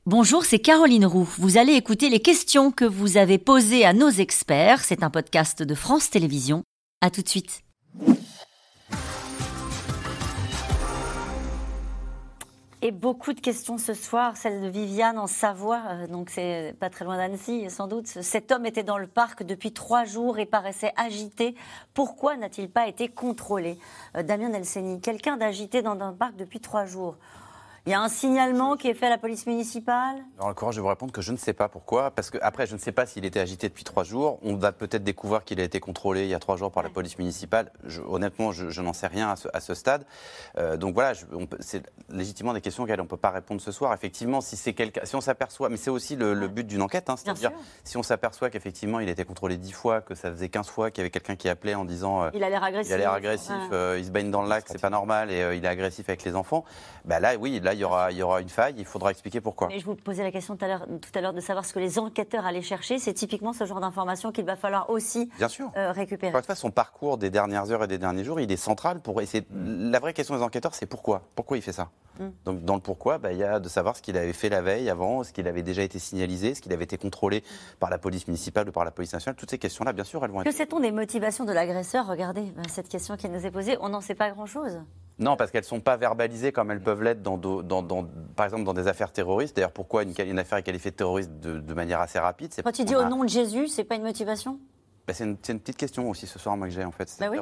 Bonjour, c'est Caroline Roux. Vous allez écouter les questions que vous avez posées à nos experts. C'est un podcast de France Télévisions. À tout de suite. Et beaucoup de questions ce soir, celle de Viviane en Savoie, donc c'est pas très loin d'Annecy sans doute. Cet homme était dans le parc depuis 3 jours et paraissait agité. Pourquoi n'a-t-il pas été contrôlé ? Damien Elseni, quelqu'un d'agité dans un parc depuis 3 jours. Il y a un signalement qui est fait à la police municipale ? Alors, le courage de vous répondre que je ne sais pas pourquoi, parce que après je ne sais pas s'il était agité depuis 3 jours. On va peut-être découvrir qu'il a été contrôlé il y a 3 jours par la police municipale. Honnêtement, je n'en sais rien à ce stade. Donc voilà, c'est légitimement des questions auxquelles on ne peut pas répondre ce soir. Effectivement, si on s'aperçoit, mais c'est aussi le but d'une enquête, c'est-à-dire si on s'aperçoit qu'effectivement il a été contrôlé 10 fois, que ça faisait 15 fois qu'il y avait quelqu'un qui appelait en disant il a l'air agressif, il se baigne dans le lac, c'est pas normal, et il est agressif avec les enfants. Bah là, oui, là il y aura une faille, il faudra expliquer pourquoi. Mais je vous posais la question tout à l'heure de savoir ce que les enquêteurs allaient chercher. C'est typiquement ce genre d'information qu'il va falloir aussi récupérer. Encore une fois, son parcours des dernières heures et des derniers jours, il est central pour essayer. La vraie question des enquêteurs, c'est pourquoi il fait ça. Donc dans le pourquoi, il y a de savoir ce qu'il avait fait la veille avant, ce qu'il avait déjà été signalisé, ce qu'il avait été contrôlé par la police municipale ou par la police nationale. Toutes ces questions-là, bien sûr, elles vont être... Que sait-on des motivations de l'agresseur ? Regardez cette question qui nous est posée, on n'en sait pas grand-chose. Non, parce qu'elles ne sont pas verbalisées comme elles peuvent l'être, par exemple, dans des affaires terroristes. D'ailleurs, pourquoi une affaire est qualifiée de terroriste de manière assez rapide ? Quand tu dis au nom de Jésus, c'est pas une motivation ? C'est une petite question aussi ce soir, moi, que j'ai, en fait. Oui.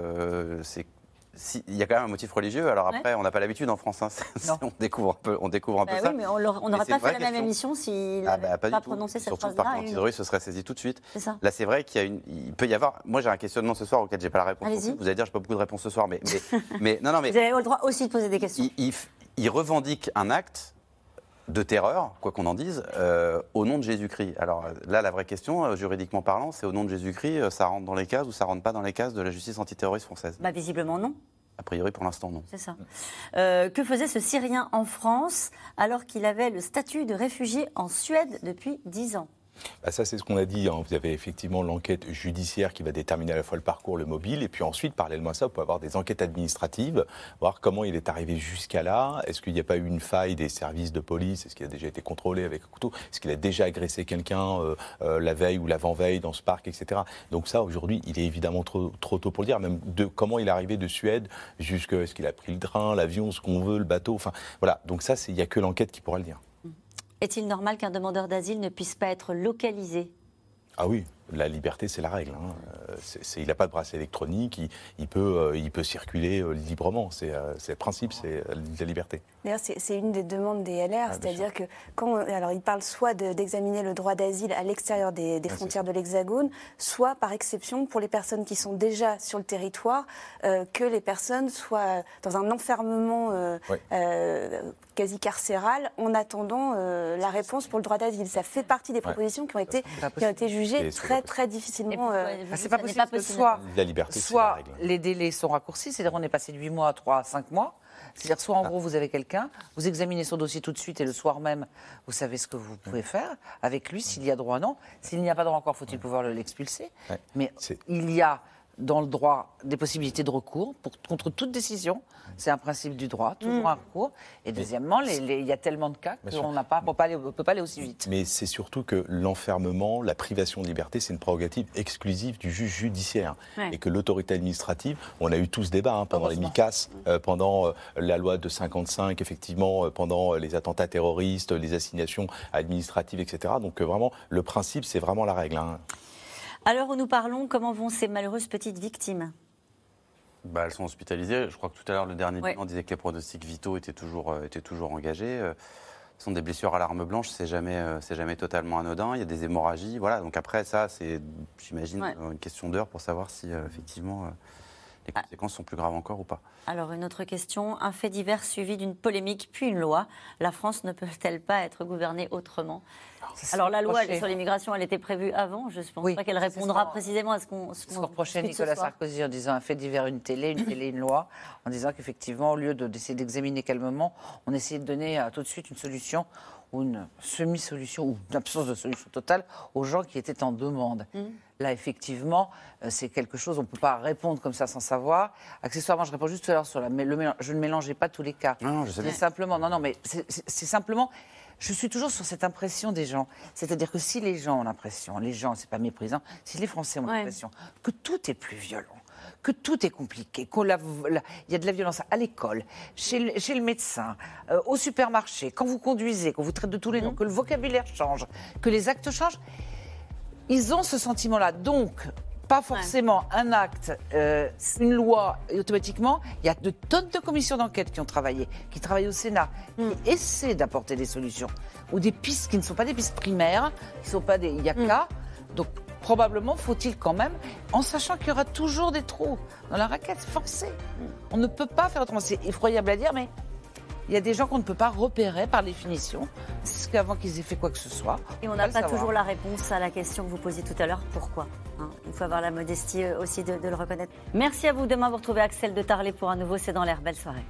Il y a quand même un motif religieux. Alors après, on n'a pas l'habitude en France. On découvre un peu ça. Oui, mais on n'aurait pas fait la même émission s'il n'avait pas prononcé cette phrase-là. Surtout, par contre, terroriste se serait saisi tout de suite. C'est ça. Là, c'est vrai il peut y avoir... Moi, j'ai un questionnement ce soir auquel je n'ai pas la réponse. Allez-y. Vous allez dire, je n'ai pas beaucoup de réponses ce soir, mais non, mais vous avez le droit aussi de poser des questions. Il revendique un acte de terreur, quoi qu'on en dise, au nom de Jésus-Christ. Alors là, la vraie question, juridiquement parlant, c'est au nom de Jésus-Christ, ça rentre dans les cases ou ça rentre pas dans les cases de la justice antiterroriste française ? Visiblement non. A priori, pour l'instant, non. C'est ça. Que faisait ce Syrien en France alors qu'il avait le statut de réfugié en Suède depuis 10 ans ? Ça, c'est ce qu'on a dit. Vous avez effectivement l'enquête judiciaire qui va déterminer à la fois le parcours, le mobile, et puis ensuite, parallèlement à ça, vous pouvez avoir des enquêtes administratives, voir comment il est arrivé jusqu'à là. Est-ce qu'il n'y a pas eu une faille des services de police ? Est-ce qu'il a déjà été contrôlé avec un couteau ? Est-ce qu'il a déjà agressé quelqu'un la veille ou l'avant-veille dans ce parc, etc. Donc ça, aujourd'hui, il est évidemment trop tôt pour le dire. Même de comment il est arrivé de Suède jusqu'à est-ce qu'il a pris le train, l'avion, ce qu'on veut, le bateau. Enfin, voilà. Donc ça, il n'y a que l'enquête qui pourra le dire. Est-il normal qu'un demandeur d'asile ne puisse pas être localisé ? Ah oui, la liberté, c'est la règle. Il n'a pas de bracelet électronique, il peut circuler librement. C'est le principe, c'est la liberté. D'ailleurs, c'est une des demandes des LR, c'est-à-dire que alors ils parlent soit d'examiner le droit d'asile à l'extérieur des frontières de l'Hexagone, soit par exception pour les personnes qui sont déjà sur le territoire, que les personnes soient dans un enfermement quasi carcéral en attendant la réponse pour le droit d'asile. Ça fait partie des propositions qui ont été jugées très difficilement. C'est pas possible que soit les délais sont raccourcis, c'est-à-dire on est passé de 8 mois à 3 à 5 mois. C'est-à-dire soit en gros vous avez quelqu'un, vous examinez son dossier tout de suite et le soir même vous savez ce que vous pouvez faire avec lui, s'il y a droit ou non. S'il n'y a pas droit encore, faut-il pouvoir l'expulser. Mais il y a dans le droit des possibilités de recours contre toute décision. C'est un principe du droit, toujours un recours. Et deuxièmement, il y a tellement de cas qu'on ne peut pas aller aussi vite. Mais c'est surtout que l'enfermement, la privation de liberté, c'est une prérogative exclusive du juge judiciaire. Et que l'autorité administrative, on a eu tout ce débat pendant les Micas, pendant la loi de 55, effectivement, pendant les attentats terroristes, les assignations administratives, etc. Donc vraiment, le principe, c'est vraiment la règle. À l'heure où nous parlons, comment vont ces malheureuses petites victimes ? Elles sont hospitalisées. Je crois que tout à l'heure, le dernier bilan disait que les pronostics vitaux étaient toujours engagés. Ce sont des blessures à l'arme blanche, c'est jamais totalement anodin. Il y a des hémorragies. Voilà. Donc après, ça, c'est, j'imagine, une question d'heure pour savoir si, effectivement, les conséquences sont plus graves encore ou pas. Alors, une autre question. Un fait divers suivi d'une polémique, puis une loi. La France ne peut-elle pas être gouvernée autrement ? Alors, la loi sur l'immigration, elle était prévue avant. Je ne pense pas qu'elle répondra précisément à ce qu'on reprochait Nicolas Sarkozy en disant un fait divers, une télé, une loi, en disant qu'effectivement, au lieu d'essayer d'examiner calmement, on essayait de donner tout de suite une solution ou une semi-solution ou une absence de solution totale aux gens qui étaient en demande. Là, effectivement, c'est quelque chose, on ne peut pas répondre comme ça sans savoir. Accessoirement, je réponds juste tout à l'heure sur je ne mélangeais pas tous les cas. Non, je sais bien. Simplement, mais c'est simplement... je suis toujours sur cette impression des gens. C'est-à-dire que si les gens ont l'impression, c'est pas méprisant, si les Français ont l'impression que tout est plus violent, que tout est compliqué, il y a de la violence à l'école, chez le médecin, au supermarché, quand vous conduisez, qu'on vous traite de tous les noms, que le vocabulaire change, que les actes changent, ils ont ce sentiment-là. Donc, pas forcément un acte, une loi, et automatiquement, il y a de tonnes de commissions d'enquête qui ont travaillé, qui travaillent au Sénat, qui essaient d'apporter des solutions, ou des pistes qui ne sont pas des pistes primaires, qui ne sont pas des yaka. Donc, probablement faut-il quand même, en sachant qu'il y aura toujours des trous dans la raquette, forcé. On ne peut pas faire autrement. C'est effroyable à dire, mais il y a des gens qu'on ne peut pas repérer par définition, parce qu'avant qu'ils aient fait quoi que ce soit. Et on n'a pas toujours la réponse à la question que vous posiez tout à l'heure, pourquoi il faut avoir la modestie aussi de le reconnaître. Merci à vous. Demain, vous retrouvez Axel de Tarlet pour un nouveau C'est dans l'air. Belle soirée.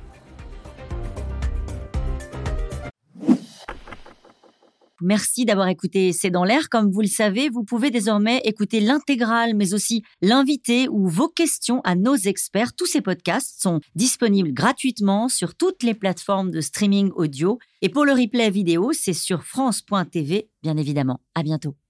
Merci d'avoir écouté C'est dans l'air. Comme vous le savez, vous pouvez désormais écouter l'intégrale, mais aussi l'invité ou vos questions à nos experts. Tous ces podcasts sont disponibles gratuitement sur toutes les plateformes de streaming audio. Et pour le replay vidéo, c'est sur France.tv, bien évidemment. À bientôt.